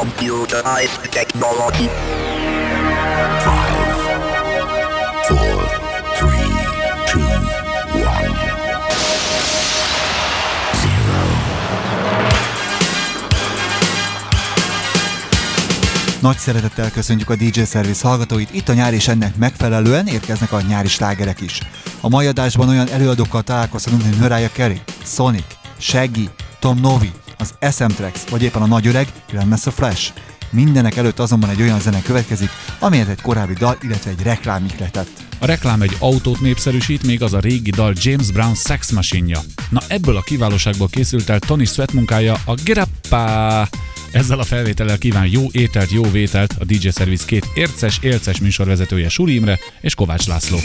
Computerized technology. 5, 4, 3, 2, 1, 0. Nagy szeretettel köszöntjük a DJ Service hallgatóit, itt a nyár és ennek megfelelően érkeznek a nyári slágerek is. A mai adásban olyan előadókkal találkozhatunk, mint Mariah Carey, Sonic, Shaggy, Tom Novi, az SM Trax, vagy éppen a nagyöreg, Grandmaster Flash. Mindenek előtt azonban egy olyan zene következik, amelyet egy korábbi dal, illetve egy reklám ihletett. A reklám egy autót népszerűsít, még az a régi dal James Brown Sex Machine-ja. Na ebből a kiválóságból készült el Tony Sweat munkája, a Get Up! Ezzel a felvétellel kíván jó ételt, jó vételt a DJ Service két élces műsorvezetője, Suri Imre és Kovács László.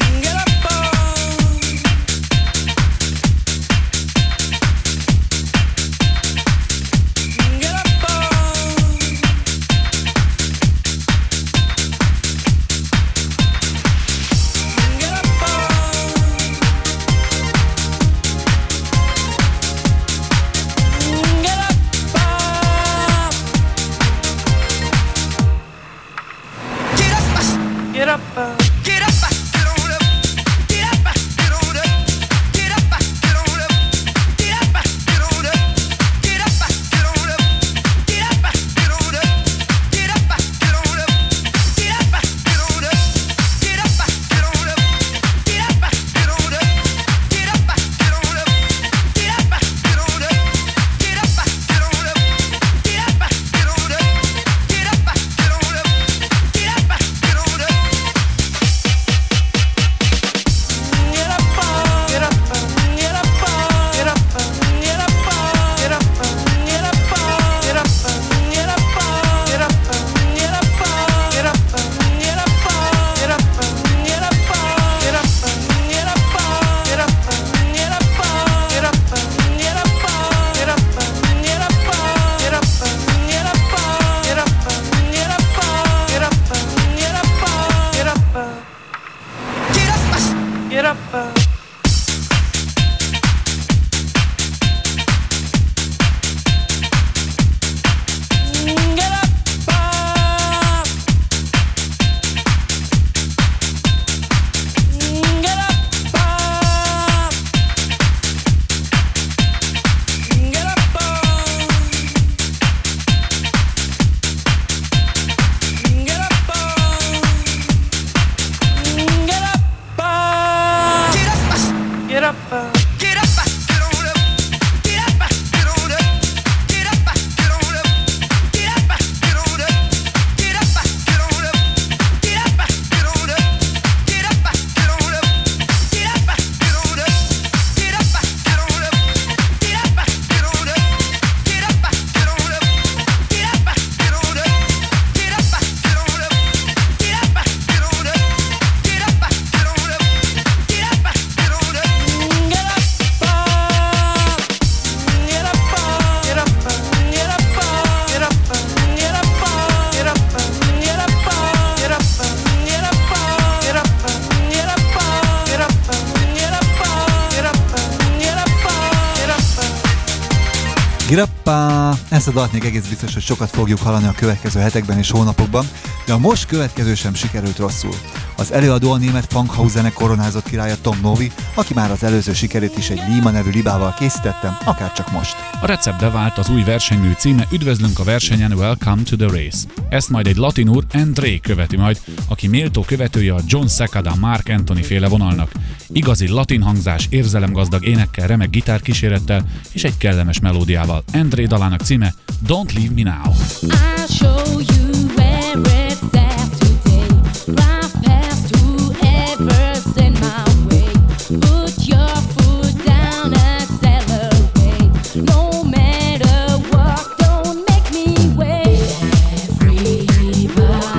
Ezt a dalt még egész biztos, hogy sokat fogjuk hallani a következő hetekben és hónapokban, de a most következő sem sikerült rosszul. Az előadó a német Funhouse zene koronázott királya Tom Novi, aki már az előző sikerét is egy Lima nevű libával készítette, akárcsak most. A recept bevált, az új versenymű címe Üdvözlünk a versenyen, Welcome to the Race. Ezt majd egy latin úr, André követi majd, aki méltó követője a John Secada Mark Anthony féle vonalnak. Igazi latin hangzás, érzelemgazdag énekkel, remek gitárkísérettel és egy kellemes melódiával. André dalának címe Don't Leave Me Now. I'll show you where it's at today. Drive past whoever's in my way. Put your foot down, accelerate. No matter what, don't make me wait. Everybody's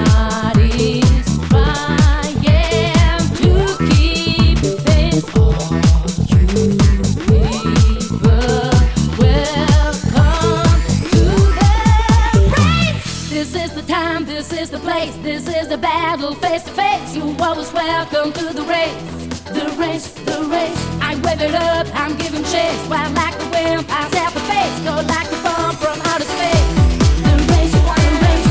trying to keep this. All you people, welcome to the race. This is the time, this is the place, this is the battle face to face. You always welcome to the race, the race, the race. I wave it up, I'm giving chase. While like the wind, I set the face, go like the bomb from outer space. The race, you wanna race.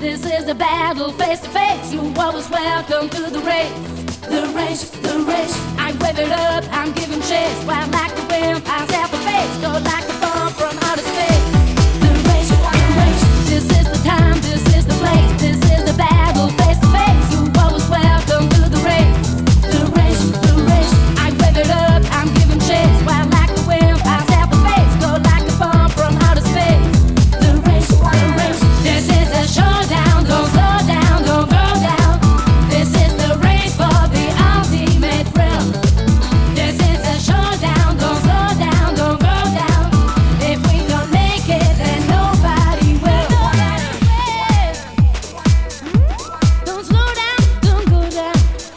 This is a battle face to face. You always welcome to the race. The race, the race. I wave it up, I'm giving chase. While like the wind, I step the face. Go like a bomb from outer space. The race, the race. This is the time, this is the place. This is the battle face to face. You always welcome to the race. The race, the race. I wave it up, I'm giving chase. While like the wind, I step the face. Go like a bomb from outer space. The race, the race. This is a showdown. Don't slow down, don't go down. This is the race for the ultimate thrill. This is a showdown. Don't slow down, don't go down. If we don't make it, then nobody will. Don't slow down, don't go down.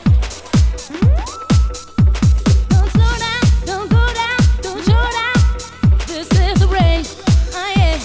Don't slow down, don't go down, don't show down. This is the race. Oh yeah.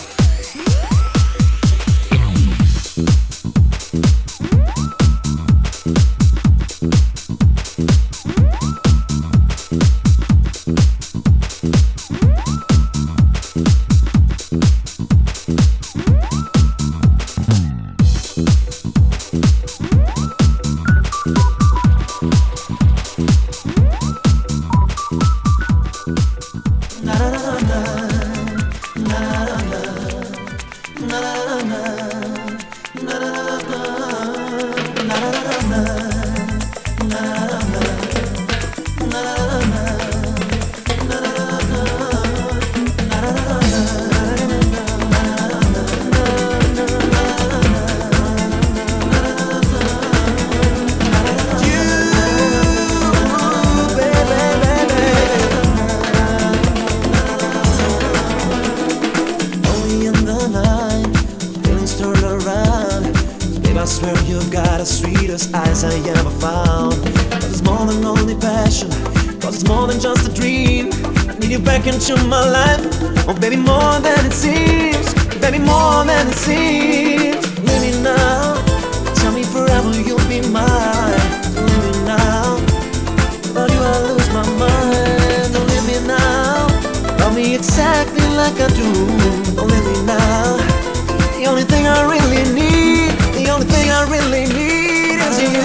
Into my life, oh baby, more than it seems, baby, more than it seems. Leave me now, tell me forever you'll be mine. Leave me now, without you I lose my mind. Don't leave me now, love me exactly like I do. Don't leave me now, the only thing I really need, the only thing I really need is you.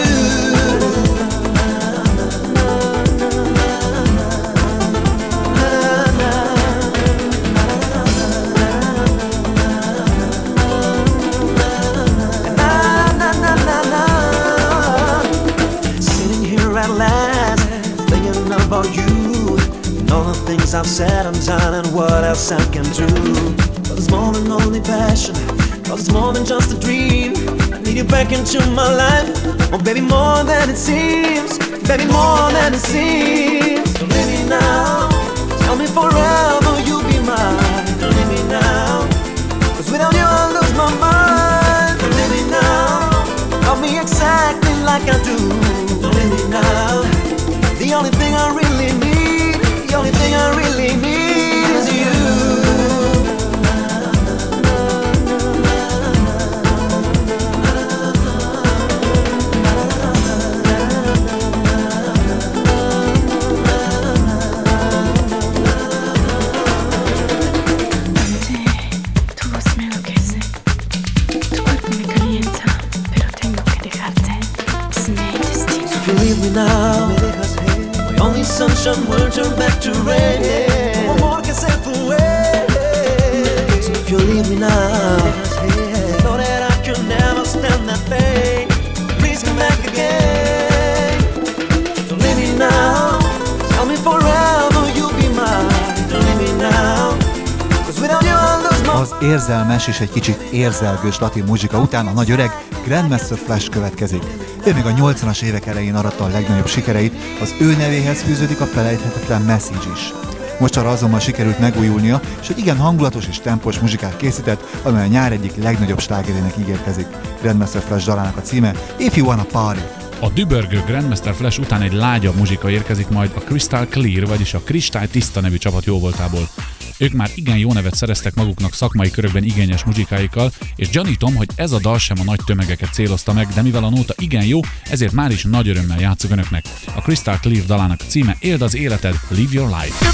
About you and all the things I've said and done and what else I can do. But it's more than only passion, cause it's more than just a dream. I need you back into my life, oh baby, more than it seems, baby, more than it seems. Don't leave me now, tell me forever you'll be mine. Don't leave me now, cause without you I'll lose my mind. Don't leave me now, love me exactly like I do. Don't leave me now, the only thing I really need, the only thing I really need is you. Tu voz me enloquece, tu cuerpo me calienta, pero tengo que dejarte. Es mi destino. If you leave me now, my only sunshine will turn back to rain. No more can set away. So if you leave me now, know that I can never stand that pain. Please come back again. Don't leave me now, tell me forever you'll be mine. Don't leave me now, cause without you I'll lose my. Az érzelmes és egy kicsit érzelgős latin muzsika után a nagy öreg Grandmaster Flash következik. Ő még a 80-as évek elején aratta a legnagyobb sikereit, az ő nevéhez fűződik a felejthetetlen Message is. Mostanra azonban sikerült megújulnia, és egy igen hangulatos és tempós muzsikát készített, amely a nyár egyik legnagyobb slágerének ígérkezik. Grandmaster Flash dalának a címe If You Wanna Party. A dübörgő Grandmaster Flash után egy lágyabb muzsika érkezik majd a Crystal Clear, vagyis a Kristály Tiszta nevű csapat jóvoltából. Ők már igen jó nevet szereztek maguknak szakmai körökben igényes muzsikáikkal, és gyanítom, hogy ez a dal sem a nagy tömegeket célozta meg, de mivel a nóta igen jó, ezért már is nagy örömmel játszok önöknek. A Crystal Clear dalának a címe Éld az életed, Live Your Life.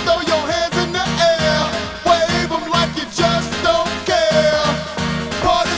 Party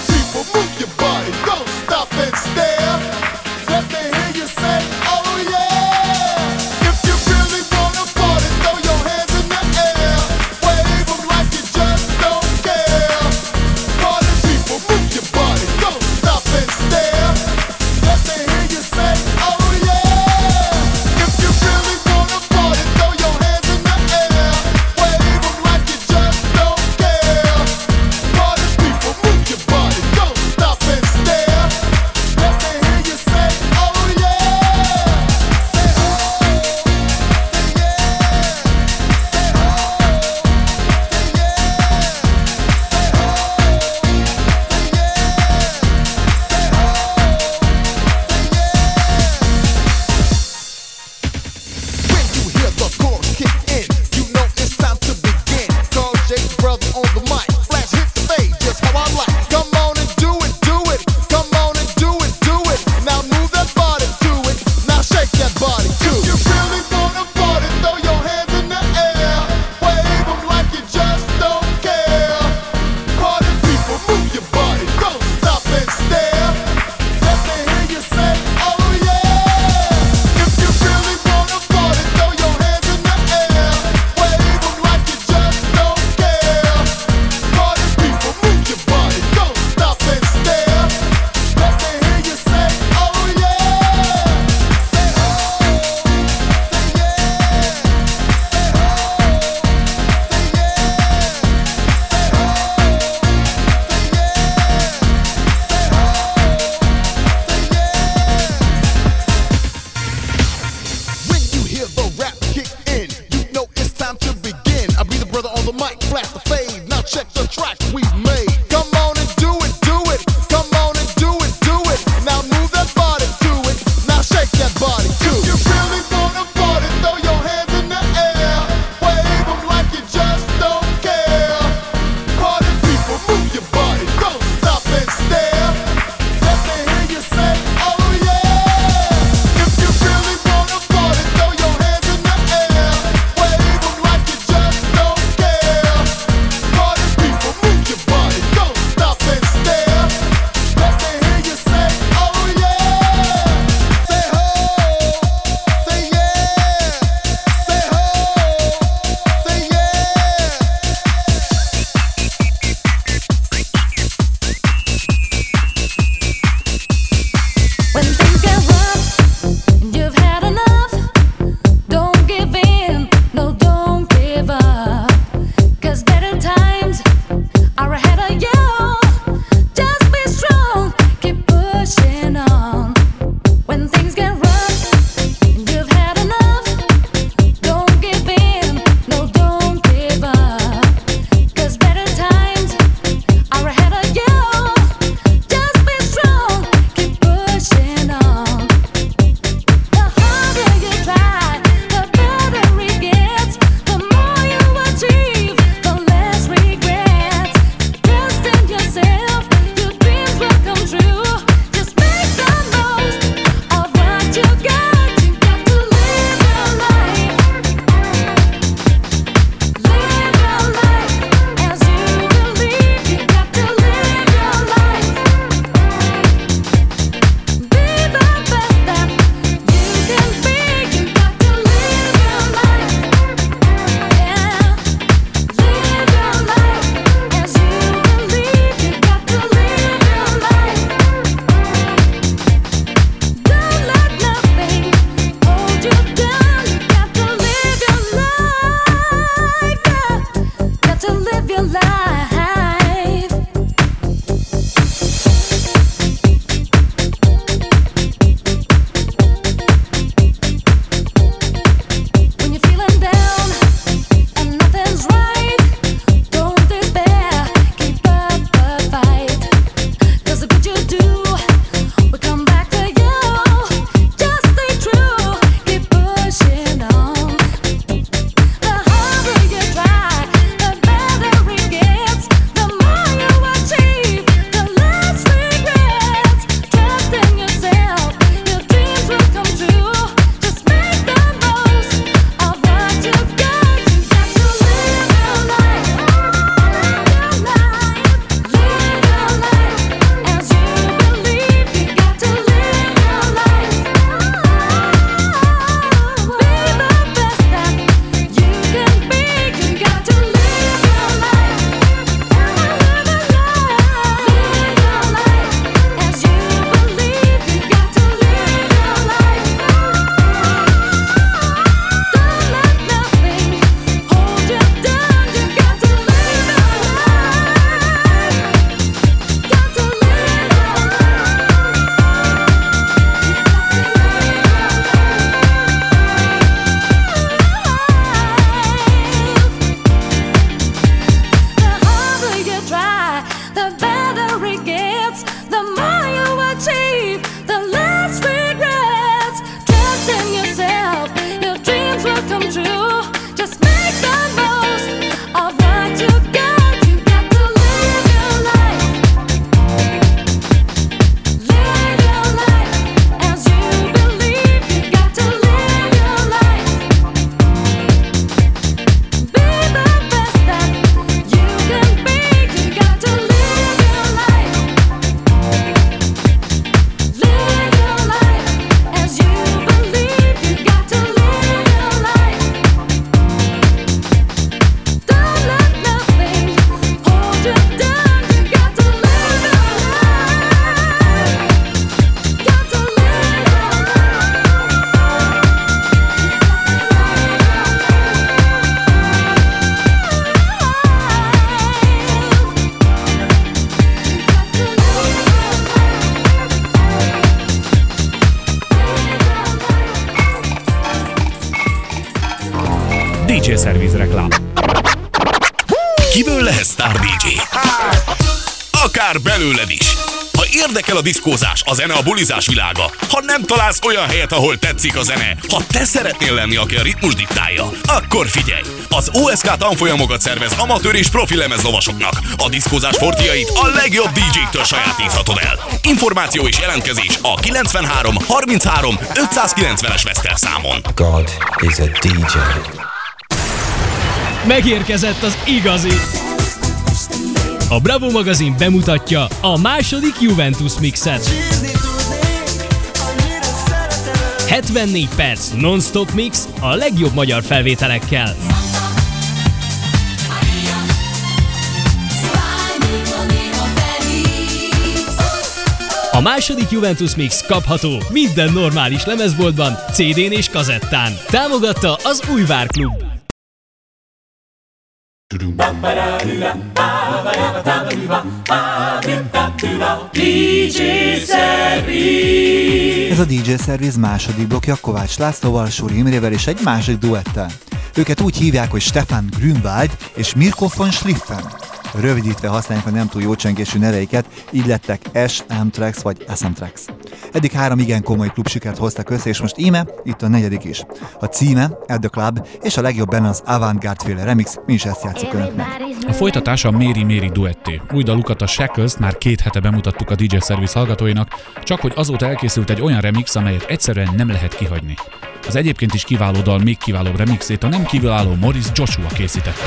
DJ Service reklám. Kiből lehet sztár DJ? Akár belőled is. Ha érdekel a diszkózás, a zene, a bulizás világa, ha nem találsz olyan helyet, ahol tetszik a zene, ha te szeretnél lenni, aki a ritmus diktálja, akkor figyelj! Az OSK tanfolyamokat szervez amatőr és profi lemezlovasoknak. A diszkózás fortiait a legjobb DJ-któl sajátíthatod el. Információ és jelentkezés a 93 33 590-es Veszter számon. God is a DJ. Megérkezett az igazi! A Bravo magazin bemutatja a második Juventus mixet. 74 perc non-stop mix a legjobb magyar felvételekkel. A második Juventus mix kapható minden normális lemezboltban, CD-n és kazettán. Támogatta az Újvár Klub. Ez a DJ Service második blokkja Kovács Lászlóval, Suri Imrével és egy másik duettel. Őket úgy hívják, hogy Stefan Grünwald és Mirko von Schliffen. Rövidítve használják a nem túl jó csengésű neveiket, így lettek SM-Trax vagy SM-Trax. Eddig 3 igen komoly klubsikert hoztak össze, és most íme itt a 4. is. A címe At the Club, és a legjobb benne az avantgárd féle remix, mi is ezt játszuk önöknek. A folytatása a Mary duetté. Új dalukat, a Shackles-t már 2 hete bemutattuk a DJ Service hallgatóinak, csak hogy azóta elkészült egy olyan remix, amelyet egyszerűen nem lehet kihagyni. Az egyébként is kiváló dal még kiválóbb remixét a nem kiváló Morris Joshua készítette.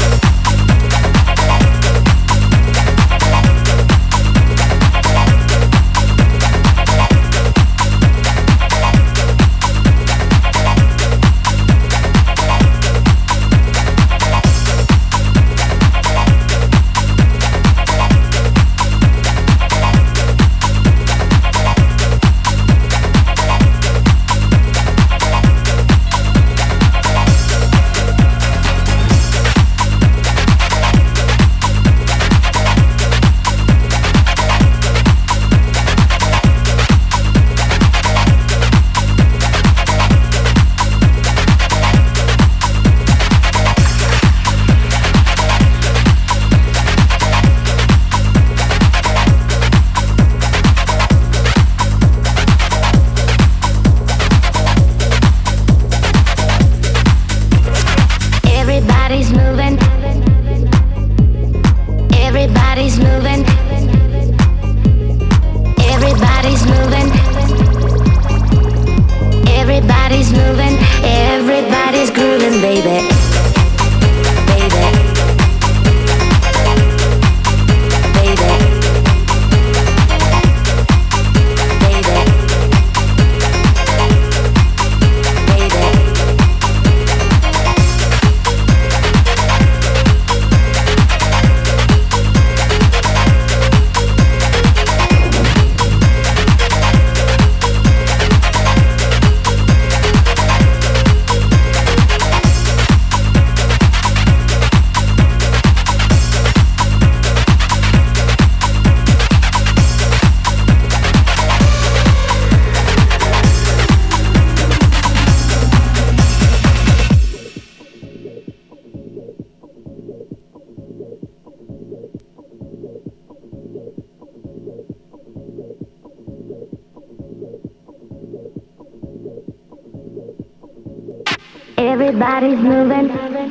Everybody's moving.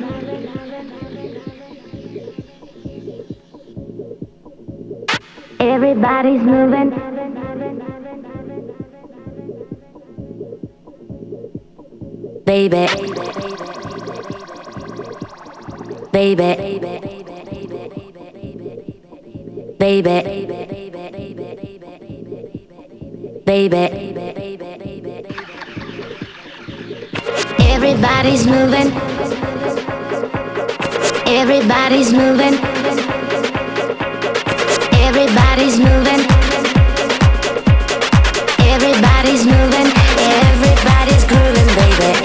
Everybody's moving. Baby. Baby. Baby. Baby. Everybody's moving. Everybody's moving. Everybody's moving. Everybody's moving. Everybody's grooving, baby.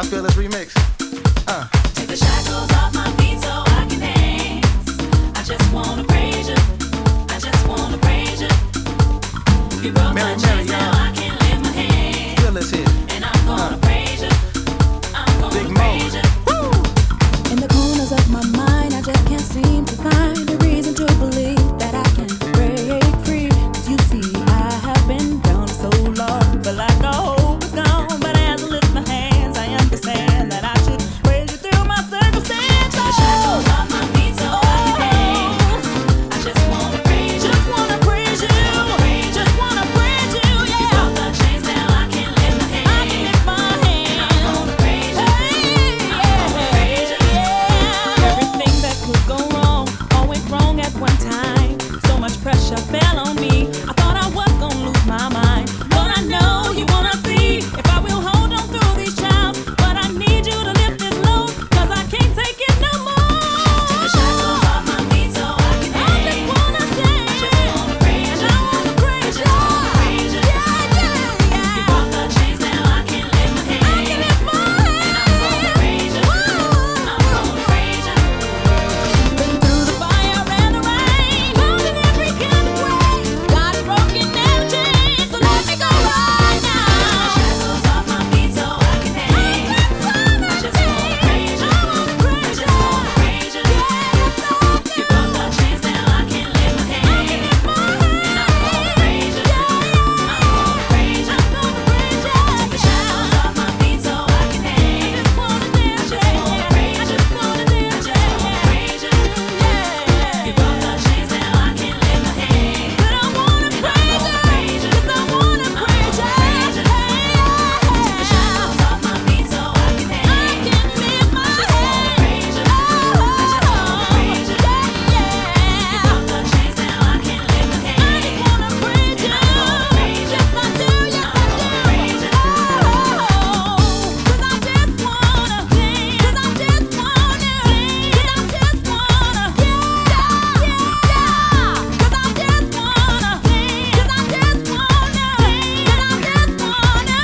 I feel this remix. Take the shackles off my feet so I can dance. I just wanna praise you. I just wanna praise you. You broke my chains, now I can lift my hands. Feel this here. And I'm gonna praise you. I'm gonna praise you. In the corners of my mind, I just can't seem to find a reason to believe that I can break free. 'Cause you see, I have been down so long, feel like the hope is gone. But as I lift my hands, I understand that I should praise you through my circumstances. The shackles off my feet so I can dance. I just wanna praise you. Just wanna praise you. Just wanna praise you, yeah. You broke the chains, now I can lift my hands. I can lift my hands. And I'm gonna praise you. I'm gonna praise you. Everything that could go wrong, all went wrong at one time. So much pressure fell on me. I thought I was gonna lose my mind. Lord, I know you wanna see if I will hold on through these trials. But I need you to lift this load, 'cause I can't take it no more. Take the shackles off my feet so I can I dance. just wanna dance. I just wanna praise you. I wanna praise you. I just wanna praise you. Yeah, yeah, yeah. You broke the chains, now I can lift my hands. I can lift my And I'm gonna praise you. I'm gonna praise you. Been through the fire and the rain, found in every kind of way. God has broken every chain, so let me go right now. Shackles off my feet so I can dance. I just wanna praise you. I just wanna praise you. You broke the chains, now I can lift my hands. And I'm gonna praise you. I'm gonna praise you. Take the shackles off my feet so I can dance. I just wanna praise you. I just wanna praise you. You broke the chains, now I can lift my hands. But I wanna praise you, 'cause I wanna praise you. Take the shackles off my feet so I can dance. I can lift my I just wanna praise you. I just wanna praise you. You broke the chains, now I can lift my hands. I wanna praise you. And I'm gonna praise you. Yes, I do, yes, I do. Praise you. 'Cause I just wanna dance. 'Cause I just wanna dance. 'Cause I just wanna, yeah, yeah, yeah. 'Cause I just wanna dance. 'Cause I just wanna dance. 'Cause I just wanna,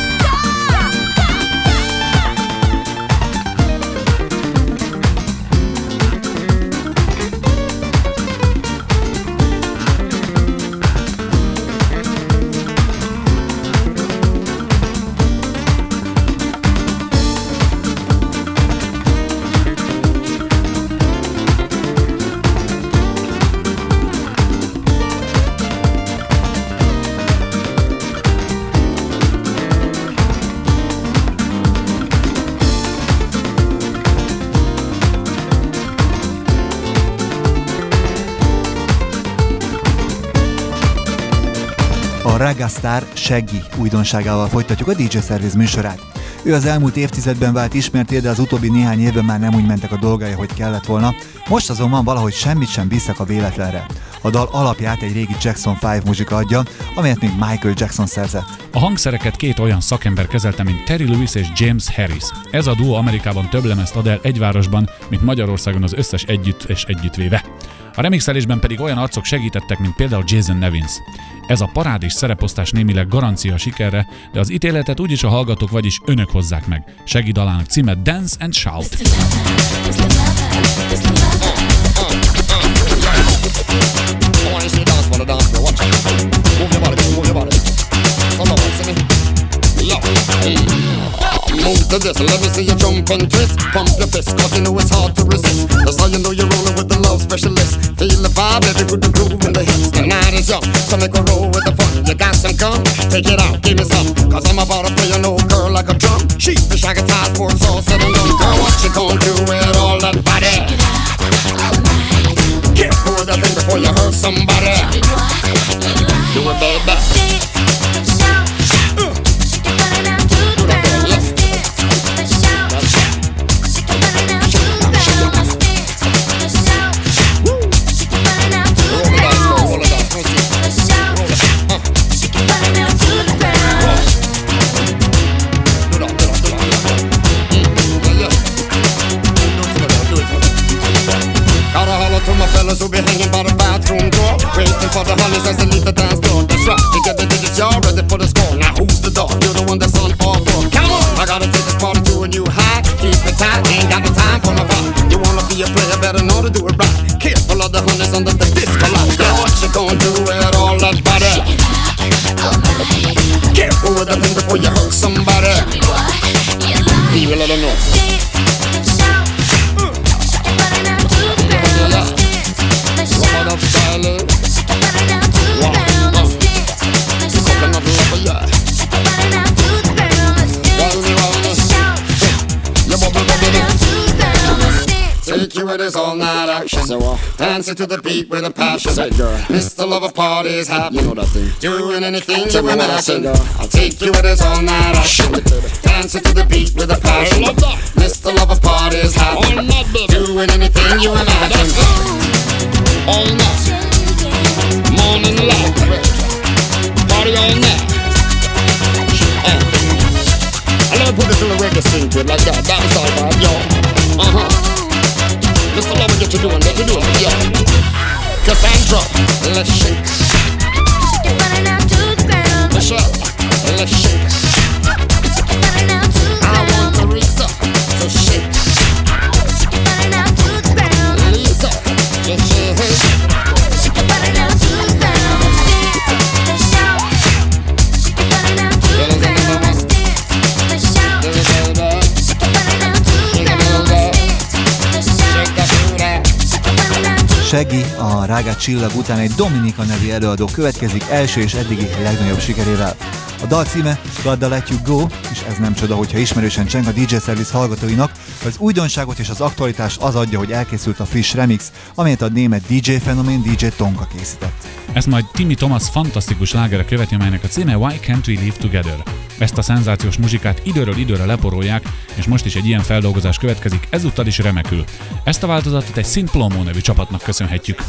A reggae sztár Shaggy újdonságával folytatjuk a DJ Service műsorát. Ő az elmúlt évtizedben vált ismertté, de az utóbbi néhány évben már nem úgy mentek a dolgai, hogy kellett volna. Most azonban valahogy semmit sem bíztak a véletlenre. A dal alapját egy régi Jackson 5 muzsika adja, amelyet még Michael Jackson szerzett. A hangszereket két olyan szakember kezelte, mint Terry Lewis és James Harris. Ez a duó Amerikában több lemezt ad el egy városban, mint Magyarországon az összes együtt és együttvéve. A remixelésben pedig olyan arcok segítettek, mint például Jason Nevins. Ez a parádés szereposztás némileg garancia a sikerre, de az ítéletet úgyis a hallgatók, vagyis önök hozzák meg. Shaggy dalának címe Dance and Shout. Move to this, let me see you jump and twist. Pump your fist, cause you know it's hard to resist. That's how you know you're rolling with the love specialist. Feel the vibe, every good groove in the hips. The night is young, so make a roll with the fun. You got some come, take it out, give me some. Cause I'm about to play an old girl like a drum. She wish I could tie for it's all said and done. Girl, what you gonna do with all that body? Get for the thing before you hurt somebody. Do it, baby. Who be hanging by the bathroom door, waiting for the honeys as they leave the dance floor. That's right, you get the digits, y'all ready for the score. Now who's the dog? You're the one that's on all four. Come on, I gotta take this party to a new be a player, better know to do it right. Careful of the honeys under the disco light. Girl, what you gonna do with all that body? Careful with the thing before you hurt somebody. You let her know. Rub it up, style it. Take you with his all night action. Dancing to the beat with a passion. Mr. Lover parties happen. You know that thing. Doing anything you imagine. I'll take you with his all night action. Dancing to the beat with a passion. Mr. Lover parties happen. Doing anything you imagine. All night. Morning light. Party all night. I never put this in the reggae scene to it like that. That's all right, yo. Mr. Lover, get you doing, yo. Cassandra, let's shake. Michelle, let's shake. I want Teresa to shake. Lisa, just shake. Shaggy, a Rágát csillag után egy Dominika nevű előadó következik első és eddigi legnagyobb sikerével. A dal címe Gotta Let You Go, és ez nem csoda, hogyha ismerősen cseng a DJ Service hallgatóinak. Az újdonságot és az aktualitást az adja, hogy elkészült a friss remix, amelyet a német DJ fenomén DJ Tonka készített. Ezt majd Timmy Thomas fantasztikus slágere követi, amelynek a címe Why Can't We Live Together. Ezt a szenzációs muzsikát időről időre leporolják, és most is egy ilyen feldolgozás következik, ezúttal is remekül. Ezt a változatot egy Synth Plomo nevű csapatnak köszönhetjük.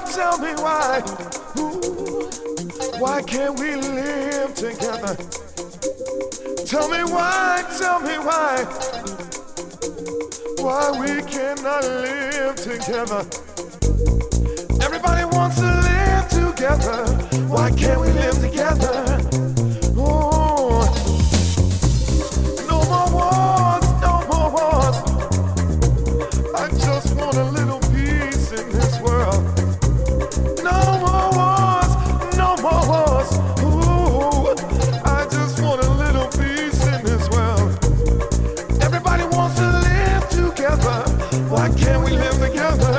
tell me why? Ooh, why can't we live together? Tell me why, why we cannot live together? Everybody wants to live together. Why can't we live together? Oh, no more wars, no more wars. I just want a little peace in this world. No more wars, no more wars. Ooh, I just want a little peace in this world. Everybody wants to live together. Why can't we live together?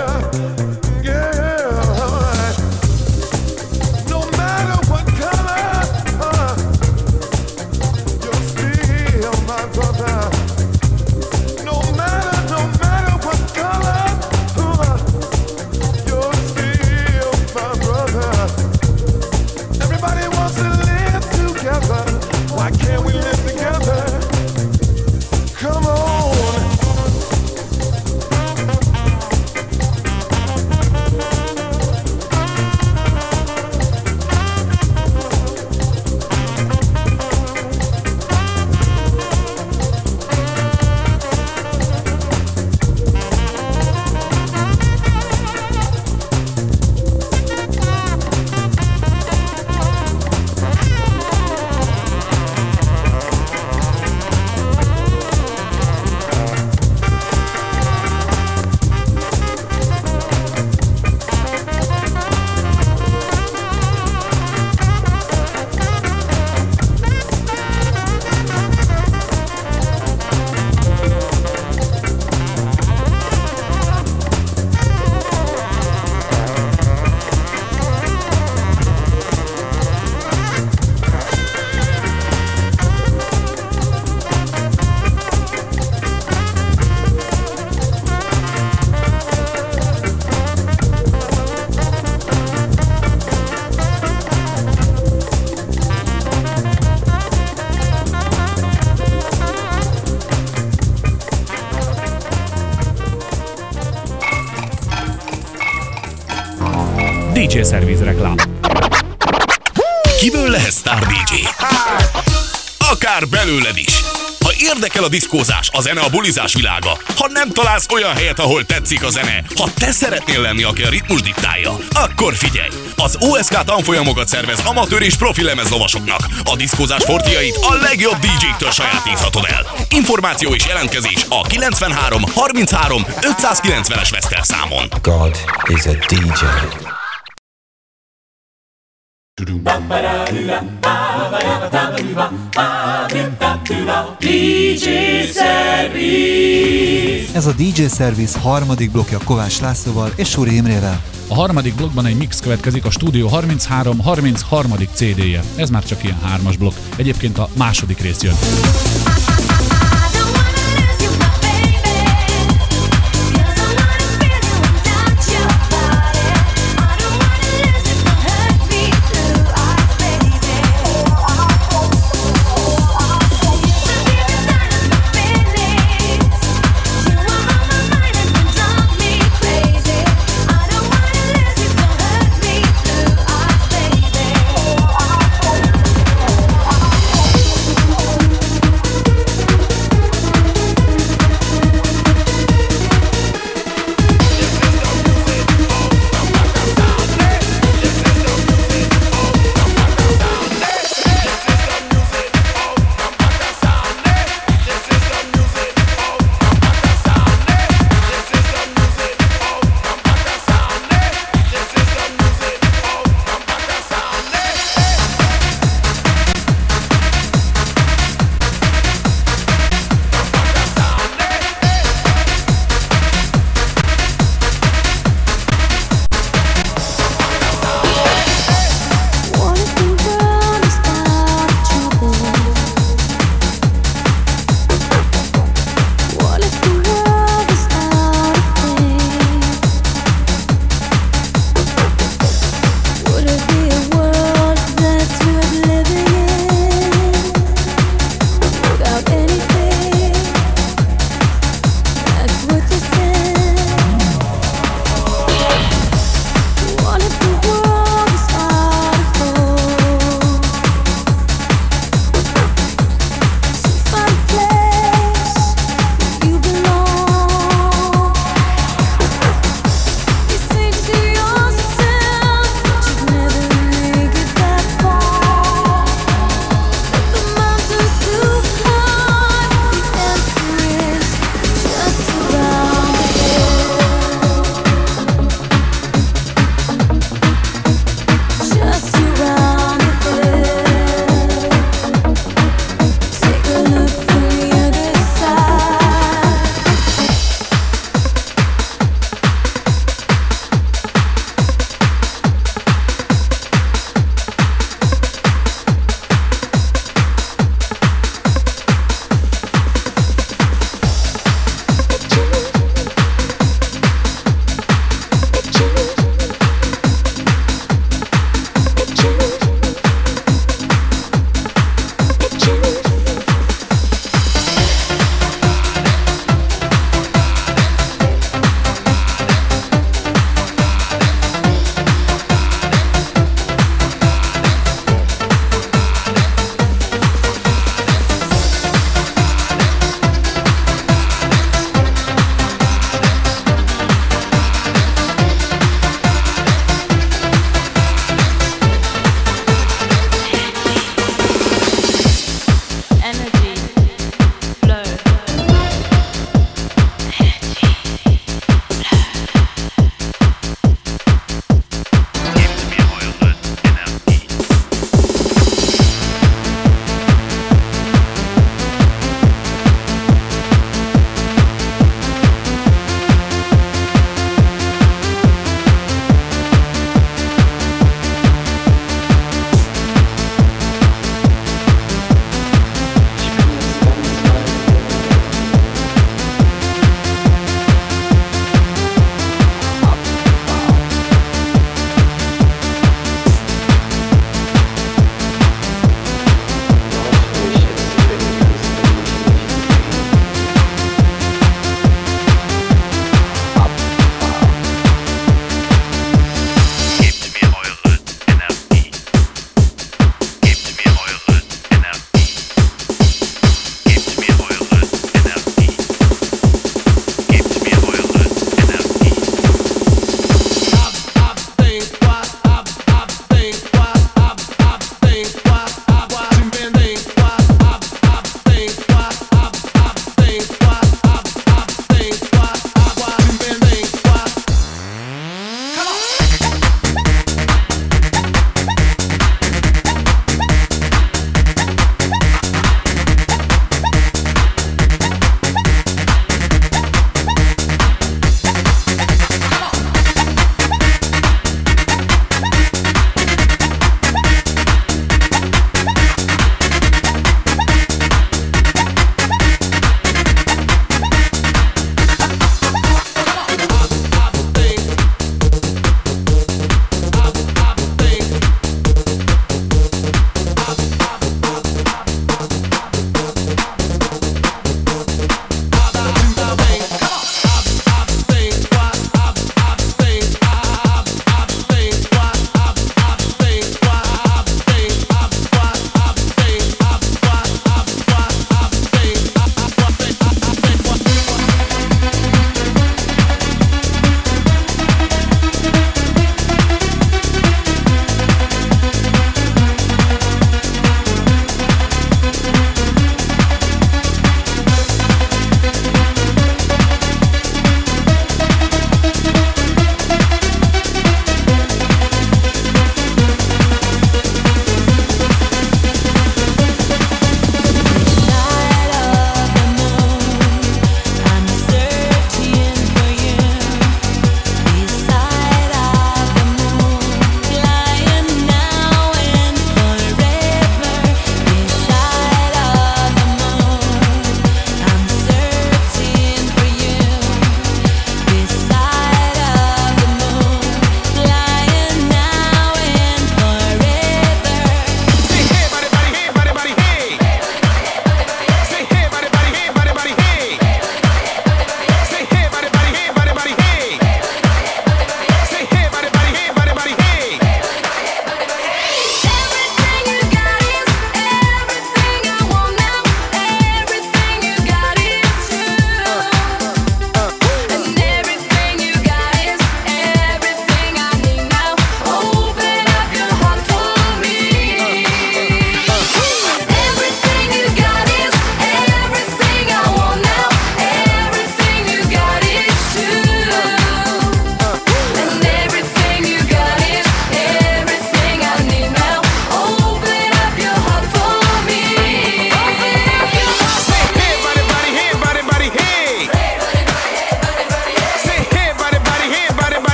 DJ Service reklám. Kiből lehet Star DJ? Akár belőled is. Ha érdekel a diszkózás, a zene, a bulizás világa, ha nem találsz olyan helyet, ahol tetszik a zene, ha te szeretnél lenni, aki a ritmus diktálja, akkor figyelj! Az OSK tanfolyamokat szervez amatőr és profi lemezlovasoknak. A diszkózás fortiait a legjobb DJ-któl sajátíthatod el. Információ és jelentkezés a 93 33 590-es Veszter számon. God is a DJ. DJ Service. Ez a DJ Service harmadik blokkja Kovács Lászlóval és Suri Imrével. A harmadik blokkban egy mix következik a Stúdió 33 CD-je. Ez már csak ilyen 3-as blokk. Egyébként a második rész jön.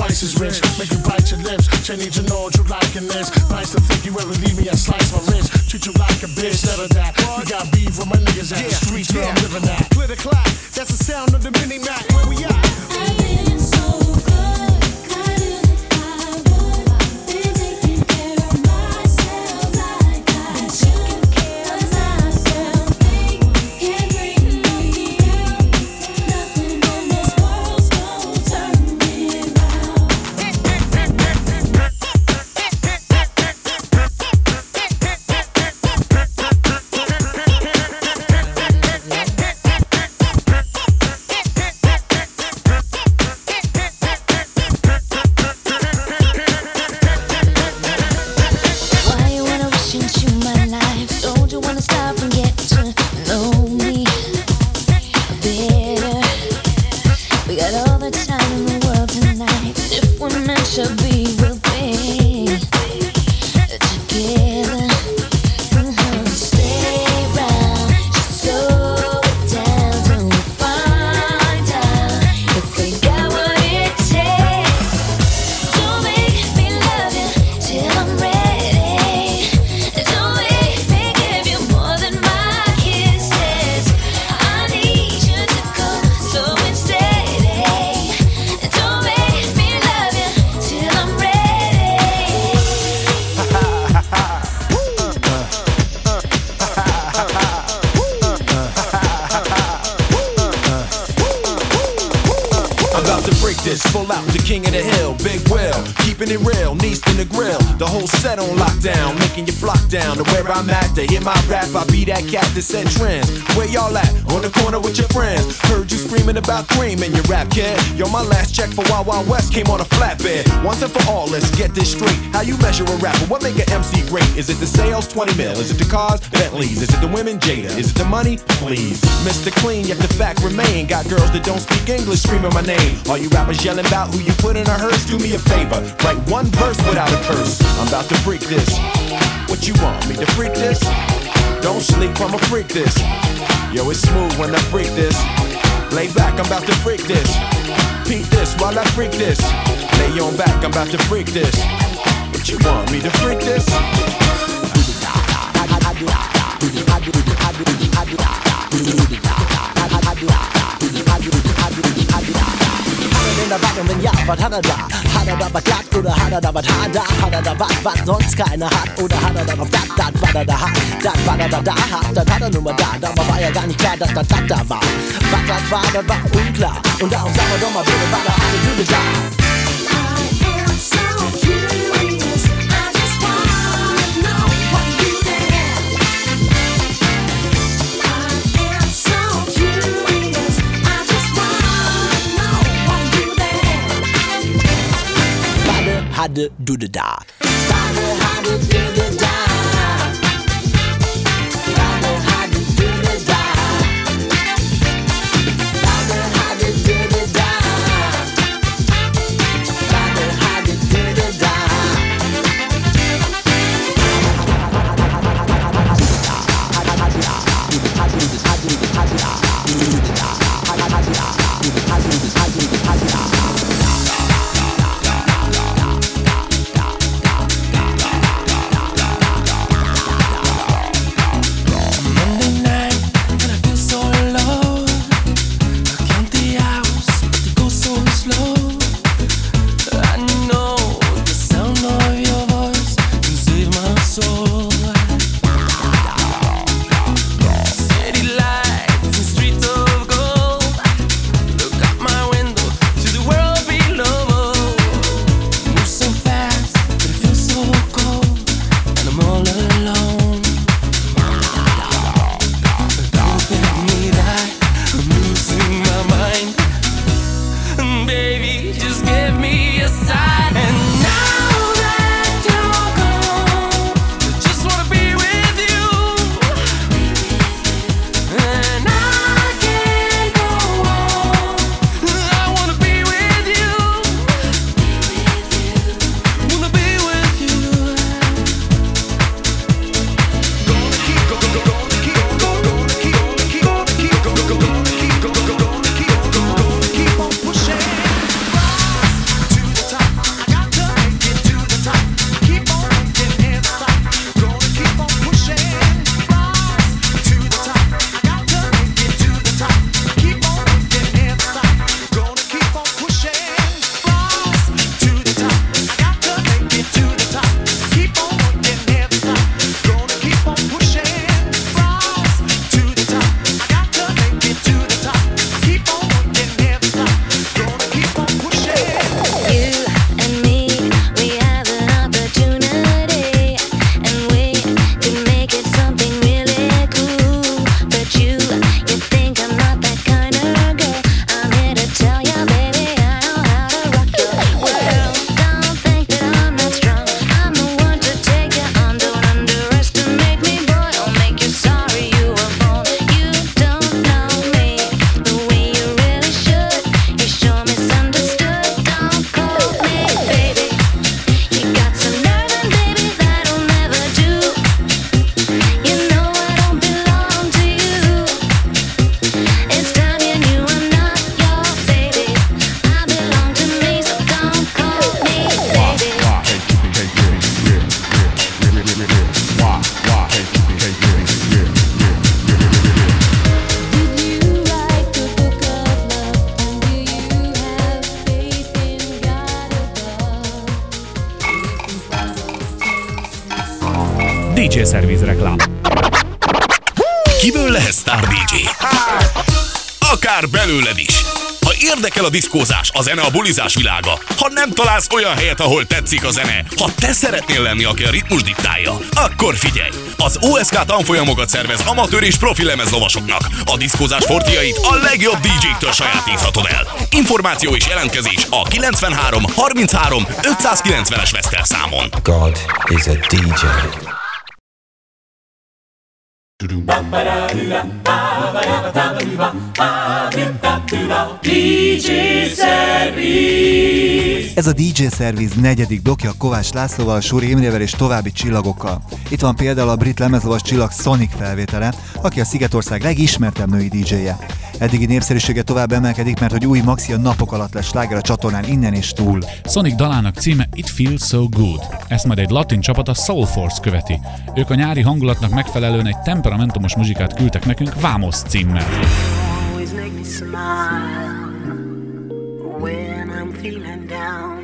spice is rich. Make you bite your lips. She need to know what you liking this. Nice to think you ever leave me and slice my wrist. Treat you like a bitch, instead of that. You got beef with my niggas at the streets where I'm living at. Clear the clock, that's the sound of the mini Mac. Where we at? I've been so good, got it. I would be taking care of myself like I should. 'Cause I still think can't bring me out. Nothing in this world's gonna turn me around. Why you wanna rush into my life? Don't you wanna stop and get to know me better? We got all the time in the world tonight. If we're meant to be, we'll be together. Stay around, just slow it down till we find out if we got what it takes. Don't make me love you till I'm ready. Don't make me give you more than my kisses. I need you to go slow and steady. Don't make me love you till I'm ready. I'm about to break this, full out, the king of the hill, Big Will, keeping it real, knees in the grill, the whole set on lockdown, making you flock down to where I'm at, to hear my rap, I be that cat that set trends, where y'all at, on the corner with your friends, heard you screaming about cream in your rap, kid, yo, my last check for Wild Wild West came on a flatbed, once and for all, let's get this straight, how you measure a rapper, what make an MC great, is it the sales, 20 mil, is it the cars, Bentleys, is it the women, Jada, is it the money, please, Mr. Clean, yet the fact remain, got girls that don't speak English screaming my name, all you rappers yelling about who you put in a hearse, do me a favor, write one verse without a curse, I'm about to freak this, what you want me to freak this, don't sleep, I'ma freak this, yo it's smooth when I freak this, lay back, I'm about to freak this, peep this while I freak this, lay on back, I'm about to freak this, what you want me to freak this, in der Wand und wenn ja, was hat er da? Hat er da was glatt oder hat er da was hart? Hat er da was sonst keiner hat? Oder hat er da noch das, was er da hat? Das, was er da hat, das hat er nun mal da. Dabei war ja gar nicht klar, dass das da war. Was das war unklar. Und darum sagen wir doch mal bitte, war da alle Lüge da. Hadde du de da. Hadde du de da. Hadde du de da. Hadde du de da. Hadde du de da. DJ Service reklám. Kiből lehet sztár DJ? Akár belőled is. Ha érdekel a diszkózás, a zene, a bulizás világa, ha nem találsz olyan helyet, ahol tetszik a zene, ha te szeretnél lenni, aki a ritmus diktálja, akkor figyelj! Az OSK tanfolyamokat szervez amatőr és profi lemezlovasoknak. A diszkózás fortiait a legjobb DJ-któl sajátíthatod el. Információ és jelentkezés a 93 33 590-es Veszter számon. God is a DJ. DJ Service. Ez a DJ Service negyedik blokja Kovács Lászlóval, Suri Imrével és további csillagokkal. Itt van például a brit lemezlovas csillag Sonic felvétele, aki a Szigetország legismertebb női DJ-je. Eddigi népszerűsége tovább emelkedik, mert hogy új maxia napok alatt lesz sláger a csatornán innen és túl. Sonic dalának címe It Feels So Good. Ezt majd egy latin csapat, a Soul Force követi. Ők a nyári hangulatnak megfelelően egy temperamentumos muzsikát küldtek nekünk Vamos címmel. Always make me smile when I'm feeling down.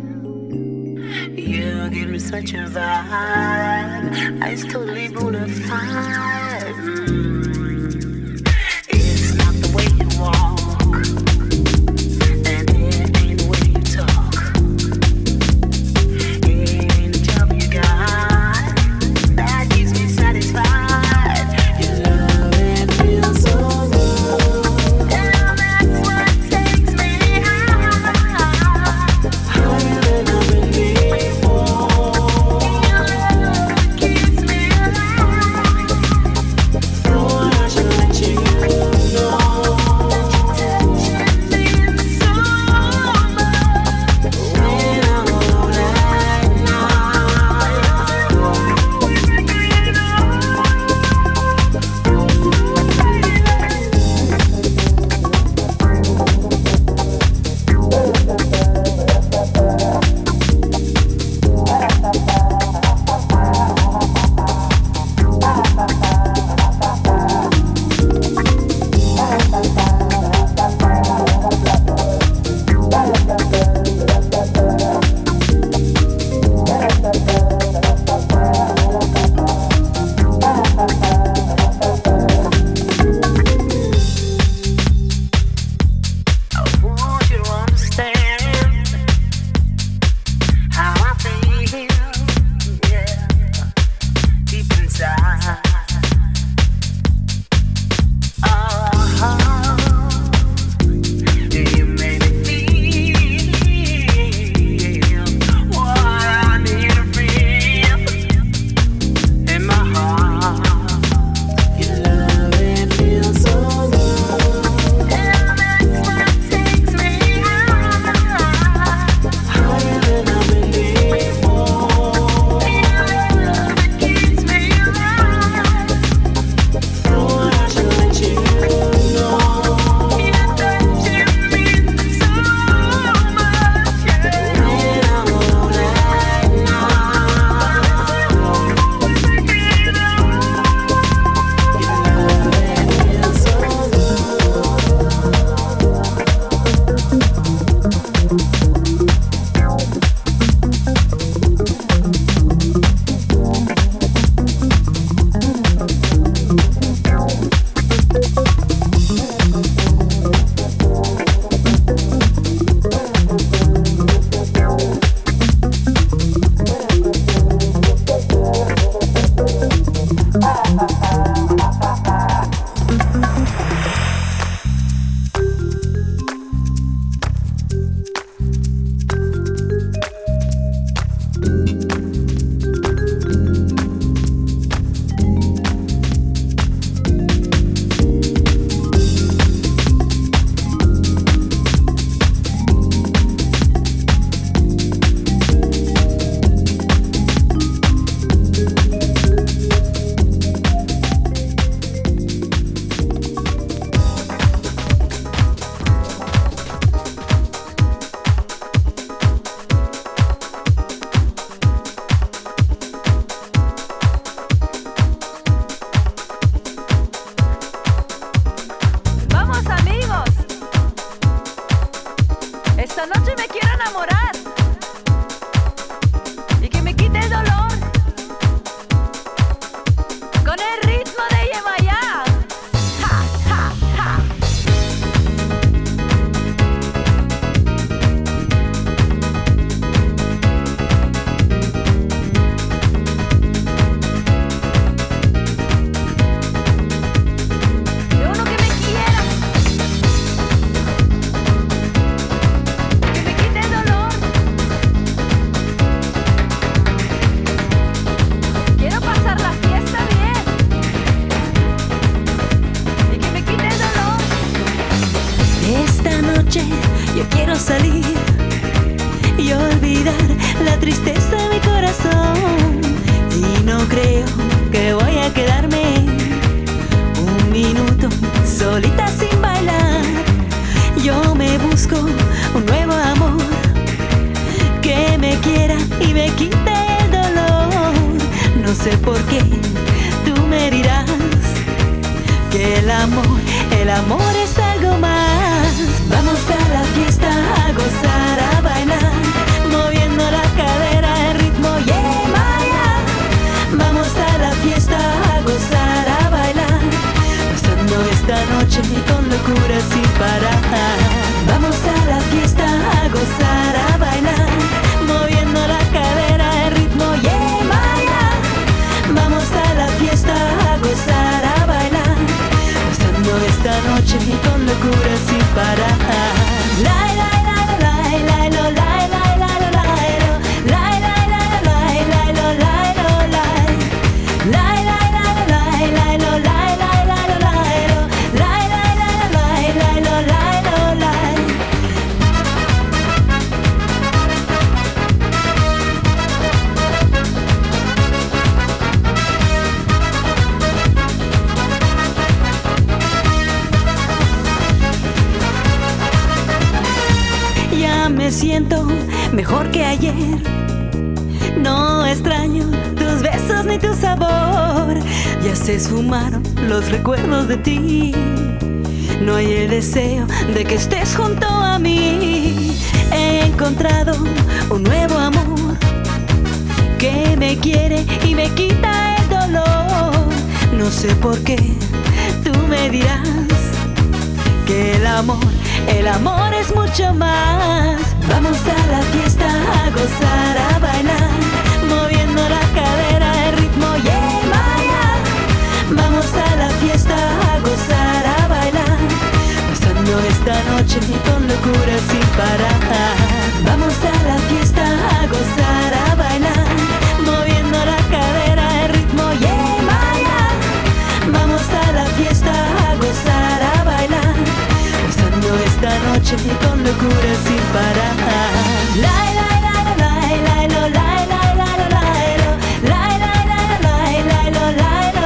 You give me such a vibe. It's totally bona fide. It's not the way you walk, and it ain't the way you talk. It ain't the job you got that keeps me satisfied. Your love, it feels so good. Yeah, that's what takes me high, higher than I've been before. Your love keeps me alive. tristeza en mi corazón y no creo que voy a quedarme un minuto solita sin bailar. Yo me busco un nuevo amor que me quiera y me quite el dolor. No sé por qué, tú me dirás que el amor es algo más. Vamos a la fiesta a gozar, a bailar, moviendo la cadera, el ritmo, yeah, Maya. Vamos a la fiesta a gozar, a bailar, pasando esta noche con locura sin parar. Vamos a la fiesta a gozar, a bailar, moviendo la cadera, el ritmo, yeah, Maya. Vamos a la fiesta a gozar, a bailar, pasando esta noche con locura sin parar. La la la la la la la la la la la la la la la la la la Ya me siento mejor que ayer. No extraño tus besos ni tu sabor. Ya se esfumaron los recuerdos de ti. No hay el deseo de que estés junto a mí. He encontrado un nuevo amor que me quiere y me quita el dolor. No sé por qué, tú me dirás que el amor es mucho más. Vamos a la fiesta a gozar, a bailar, moviendo la cadera, el ritmo, yeah, Maya. Vamos a la fiesta a gozar, a bailar, pasando esta noche con locura sin parar. Vamos a la fiesta a gozar, a bailar, moviendo la cadera, el ritmo, yeah, Maya. Vamos a la fiesta a gozar, a bailar, pasando esta noche con locura sin parar. La la la la la la la la la la la la la la la la la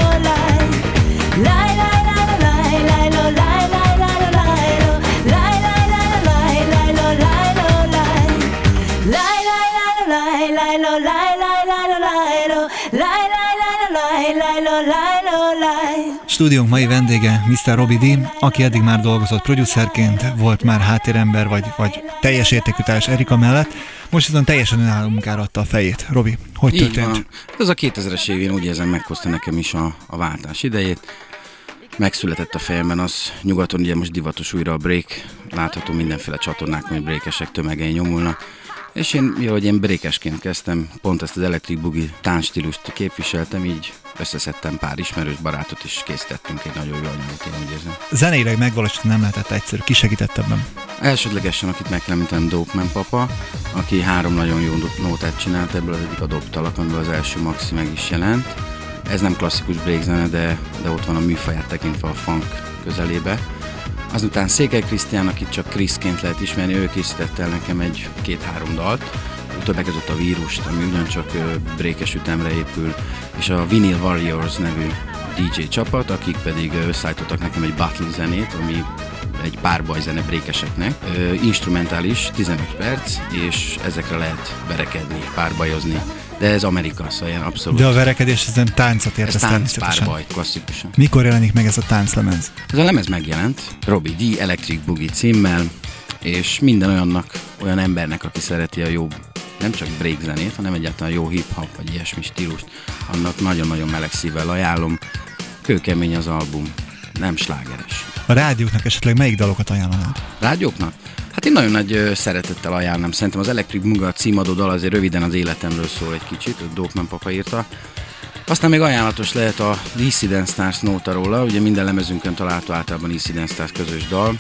Stúdiónk mai vendége Mr. Robbie D, aki eddig már dolgozott producerként, volt már háttérember vagy teljes értékű társ Erika mellett, most viszont teljesen önálló munkára adta a fejét. Robbie, hogy történt? Van. Ez a 2000-es év, én úgy érzem, meghozta nekem is a váltás idejét. Megszületett a fejemben az, nyugaton ugye most divatos újra a break, látható mindenféle csatornák, hogy breakesek tömegei nyomulnak. És én breakesként kezdtem, pont ezt az Electric Boogie táncstílust képviseltem, így összeszedtem pár ismerős barátot, és készítettünk egy nagyon jó anyagot, én úgy érzem. Zeneileg megvalósítani nem lehetett egyszerű, ki segített ebben? Elsődlegesen, akit meg kell említenem, Dope Man papa, aki 3 nagyon jó nótát csinált, ebből az egyik a dobtalak, amiből az első maxi meg is jelent. Ez nem klasszikus break zene, de ott van a műfaját tekintve a funk közelébe. Azután Székely Krisztián, akit csak Kriszként lehet ismerni, ő készítette el nekem 2-3 dalt, többek között a Vírust, ami ugyancsak breakes ütemre épül, és a Vinyl Warriors nevű DJ csapat, akik pedig összeállítottak nekem egy battle zenét, ami egy párbajzene breakeseknek, instrumentális, 15 perc, és ezekre lehet verekedni, párbajozni. De ez Amerika, szóval ilyen abszolút. De a verekedés ezen táncot értesz természetesen. Ez táncpárbaj, klasszikusan. Mikor jelenik meg ez a tánclemez? Ez a lemez megjelent, Robbie D. Electric Boogie címmel, és minden olyan embernek, aki szereti a jó, nem csak break zenét, hanem egyáltalán jó hip-hop vagy ilyesmi stílust, annak nagyon-nagyon meleg szívvel ajánlom. Kőkemény az album, nem slágeres. A rádióknak esetleg melyik dalokat ajánlanád? Rádióknak? Hát én nagyon nagy szeretettel ajánlom. Szerintem az Electric Boogie a címadó dal azért röviden az életemről szól egy kicsit, Dope Man papa írta. Aztán még ajánlatos lehet a Easy Dance Stars nóta róla, ugye minden lemezünkön található általában Easy Dance Stars közös dal.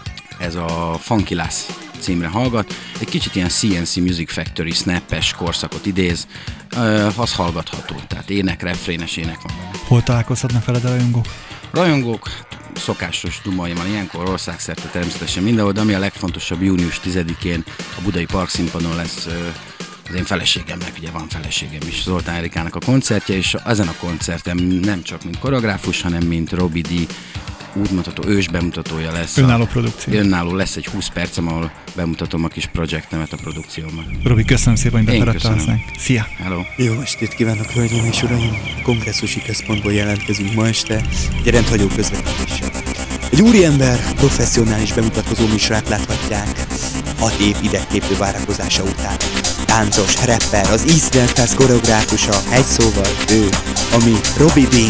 Ez a Funky Lass címre hallgat. Egy kicsit ilyen CNC Music Factory snappes korszakot idéz. Az hallgatható, tehát ének, refrénes ének van benne. Hol találkozhatnak veled a rajongók? Rajongók, szokásos dumai van ilyenkor, országszerte természetesen mindenhol, de ami a legfontosabb, június 10-én a Budai Parkszínpadon lesz az én feleségemnek, ugye van feleségem is, Zoltán Erikának a koncertje, és ezen a koncerten nem csak mint koreográfus, hanem mint Robi D. útmutató, ős bemutatója lesz. Önálló produkció. Önálló lesz egy 20 percem, ahol bemutatom a kis projektemet, a produkciómat. Robi, köszönöm szépen, hogy Én beferedte köszönöm. hozzánk. Szia! Hello! Jó estét kívánok, hölgyeim és uraim! A kongresszusi központból jelentkezünk ma este egy rendhagyó közvetítéssel. Egy úriember professzionális bemutatkozó műsorát láthatják 6 év idegképő várakozása után. Táncos, rapper, az East Stars koreográfusa, egy szóval ő, ami Robi D.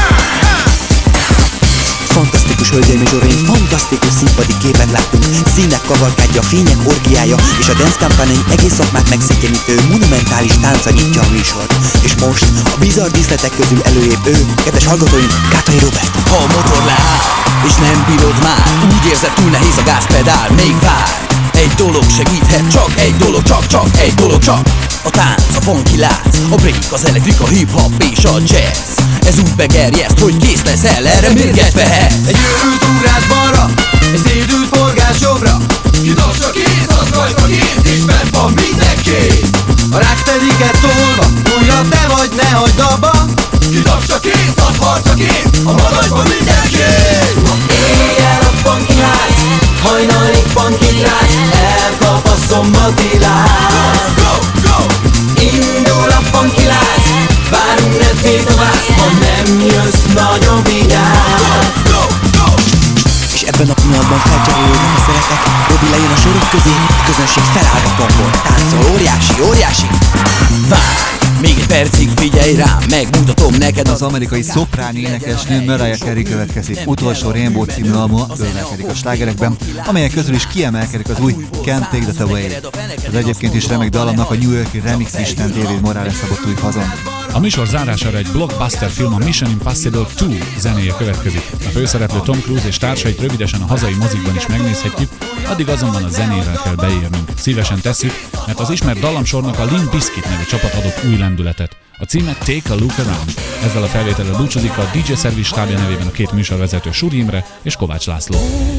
Fantasztikus hölgyeim és uraim, fantasztikus színpadi képet láttunk. Színek kavalkádja, fények orgiája, és a dance company egész szakmát megszégyenítő monumentális tánca nyitja a műsort. És most a bizarr díszletek közül előrébb ő, kedves hallgatóink, Kátai Robert. Ha a motor leáll, és nem bírod már, úgy érzed, túl nehéz a gázpedál, még vár. Egy dolog segíthet, csak egy dolog, csak egy dolog, csak a tánc, a funky lánc, a break, az elektrik, a hip-hop és a jazz. Ez úgy begerjeszt, hogy kész leszel, erre mérget vehetsz. Egy őrült ugrás balra, egy szédült forgás jobbra. Kidobsa kész, az rajta kész, és bent van mindenki. A rocksteadiket tolva, újra te vagy, ne hagyd abba. Kidobsa kész, az harca kész, a magasban mindenki. Éjjel a funky lánc, hajnalig funky rác, elkap a szombati lánc. Indul a funky lánc, várunk ne tétovász, ha nem jössz, nagyon vigyázz. És ebben a pillanatban felcserélődnek a szeretek, Robi lejön a sorok közé, a közönség feláll a tombon, táncol, óriási. Várj, még egy percig figyelj rám, megmutatom neked Az amerikai szoprán énekesnő Mariah Carey következik. Utolsó Rainbow című albuma bővelkedik a slágerekben, amelyek közül is kiemelkedik az új Can't Take That Away. Az egyébként is remek dallamnak a New York-i remix isten David Morales szabott új fazon. A műsor zárására egy blockbuster film, a Mission Impossible 2 zenéje következik. A főszereplő Tom Cruise és társait rövidesen a hazai mozikban is megnézhetjük, addig azonban a zenével kell beérnünk. Szívesen tesszük, mert az ismert dallamsornak a Limp Bizkit nevű csapat adott új lendületet. A címe Take a Look Around. Ezzel a felvétellel búcsúzik a DJ Service stábja nevében a két műsorvezető Suri Imre és Kovács László.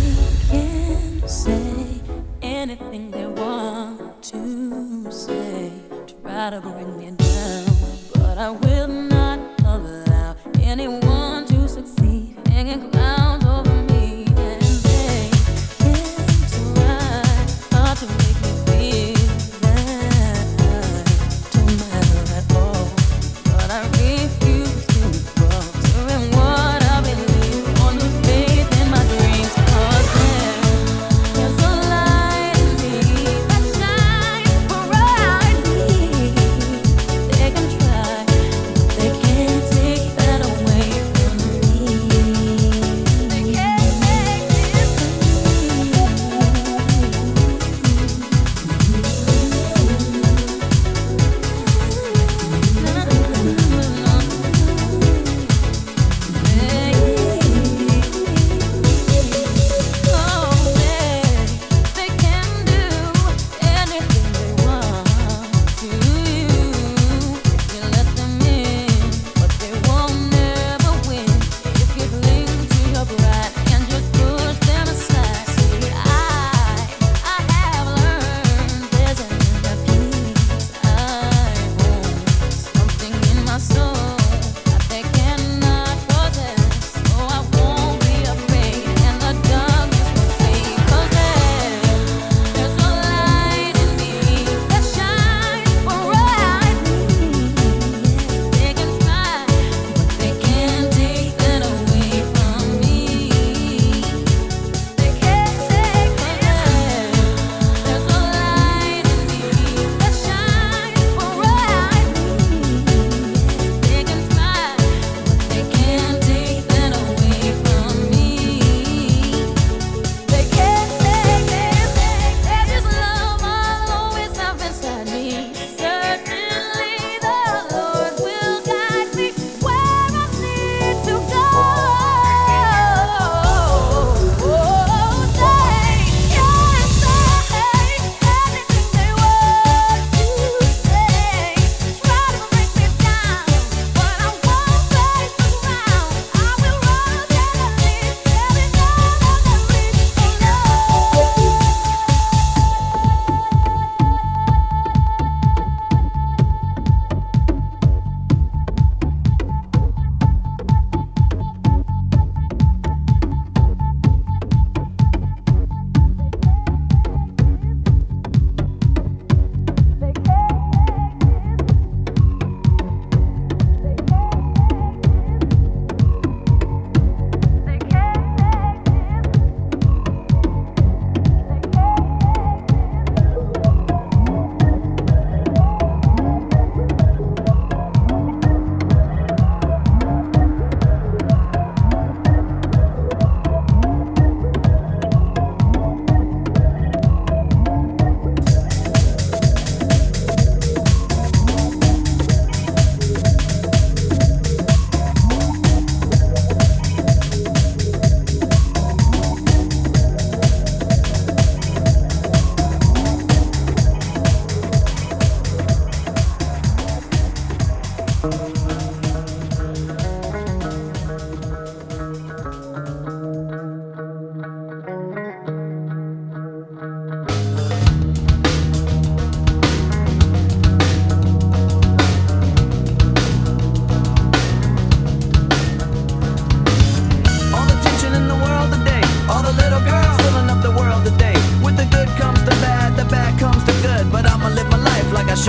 Anything they want to say, try to bring me down, but I will not allow anyone to succeed, hanging clowns over me, and they can't try hard to make me feel that I don't matter at all, but I refuse to falter in what I believe, on the faith in my dreams, 'cause there's a light in me that shines brightly. They can try, but they can't take that away from me.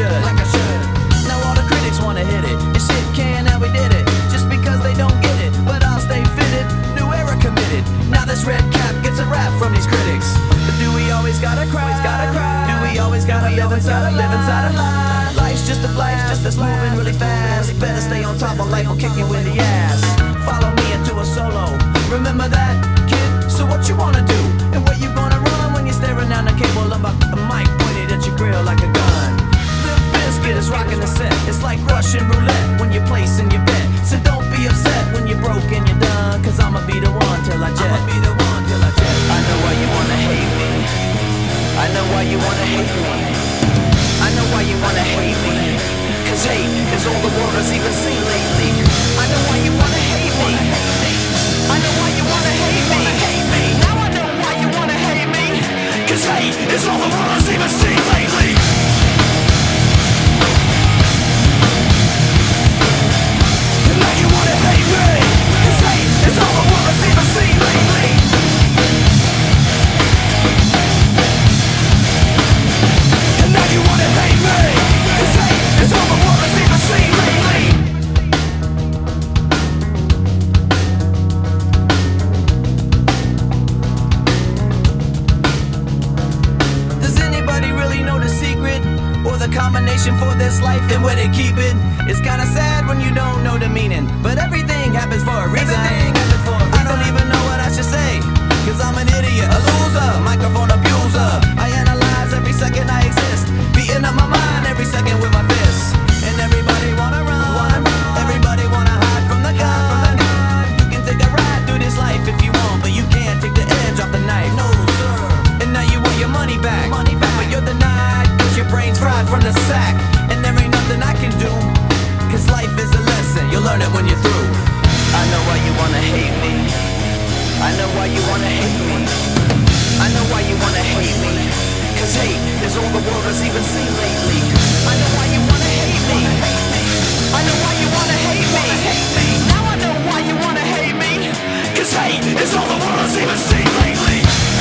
should. Now all the critics wanna hit it, and shit can, and we did it. Just because they don't get it, but I'll stay fitted. New era committed. Now this red cap gets a rap from these critics. But do we always gotta cry? Do we always gotta live inside a lie? Life's just a blast, just that's moving really fast. Better stay on top of life, will kick you in the ass. Follow me into a solo. Remember that, kid? So what you wanna do? And where you gonna run when you're staring down the cable of a mic pointed at your grill like a gun? The biscuit is rocking the set. It's like Russian roulette when you're placing your bet. So don't be upset when you're broke and you're done. Cause I'ma be the one till I jet. I know why you wanna hate me. I know why you wanna hate me. I know why you wanna hate me. Cause hate is all the world has even seen lately. I know why you wanna hate me. I know why you wanna hate me. Now I know why you wanna hate me. Cause hate is all the world has even seen lately. And now you wanna hate me. Cause hate is all the world has even seen lately. And now you wanna hate me. Cause hate is all the world has even seen lately. Does anybody really know the secret? Or the combination for this life and where they keep it? It's kinda sad when you don't know the meaning. But everything happens for a reason. I don't even know what I should say. Cause I'm an idiot, a loser, microphone abuser. I analyze every second I exist. Beating up my mind every second with my fists. And everybody wanna run. Everybody wanna hide from the gun. You can take a ride through this life if you want, but you can't take the edge off the knife. No, sir. And now you want your money back. But you're denied cause your brain's fried from the sack. And there ain't nothing I can do. Cause life is a lesson, you'll learn it when you're through. I know why you wanna hate me. I know why you wanna hate me. I know why you wanna hate me. Cause hate is all the world has even seen lately. I know why you wanna hate me. I know why you wanna hate me. Now I know why you wanna hate me. Cause hate is all the world has even seen lately.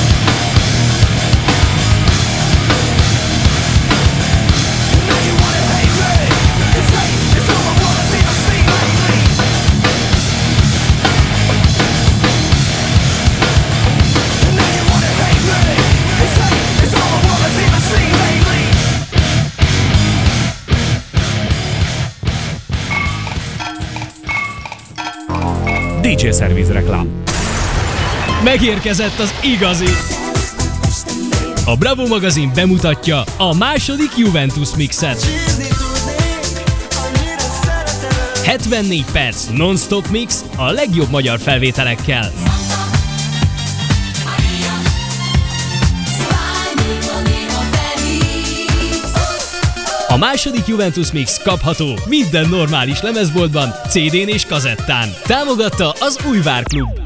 And now you wanna hate me. Cause hate is all the world has even seen lately. And now you wanna hate me. Cause hate is all the world has even seen lately. DJ Service reklám. Megérkezett az igazi! A Bravo magazin bemutatja a második Juventus mixet. 74 perc non-stop mix a legjobb magyar felvételekkel. A második Juventus mix kapható minden normális lemezboltban, CD-n és kazettán. Támogatta az Újvár Klub.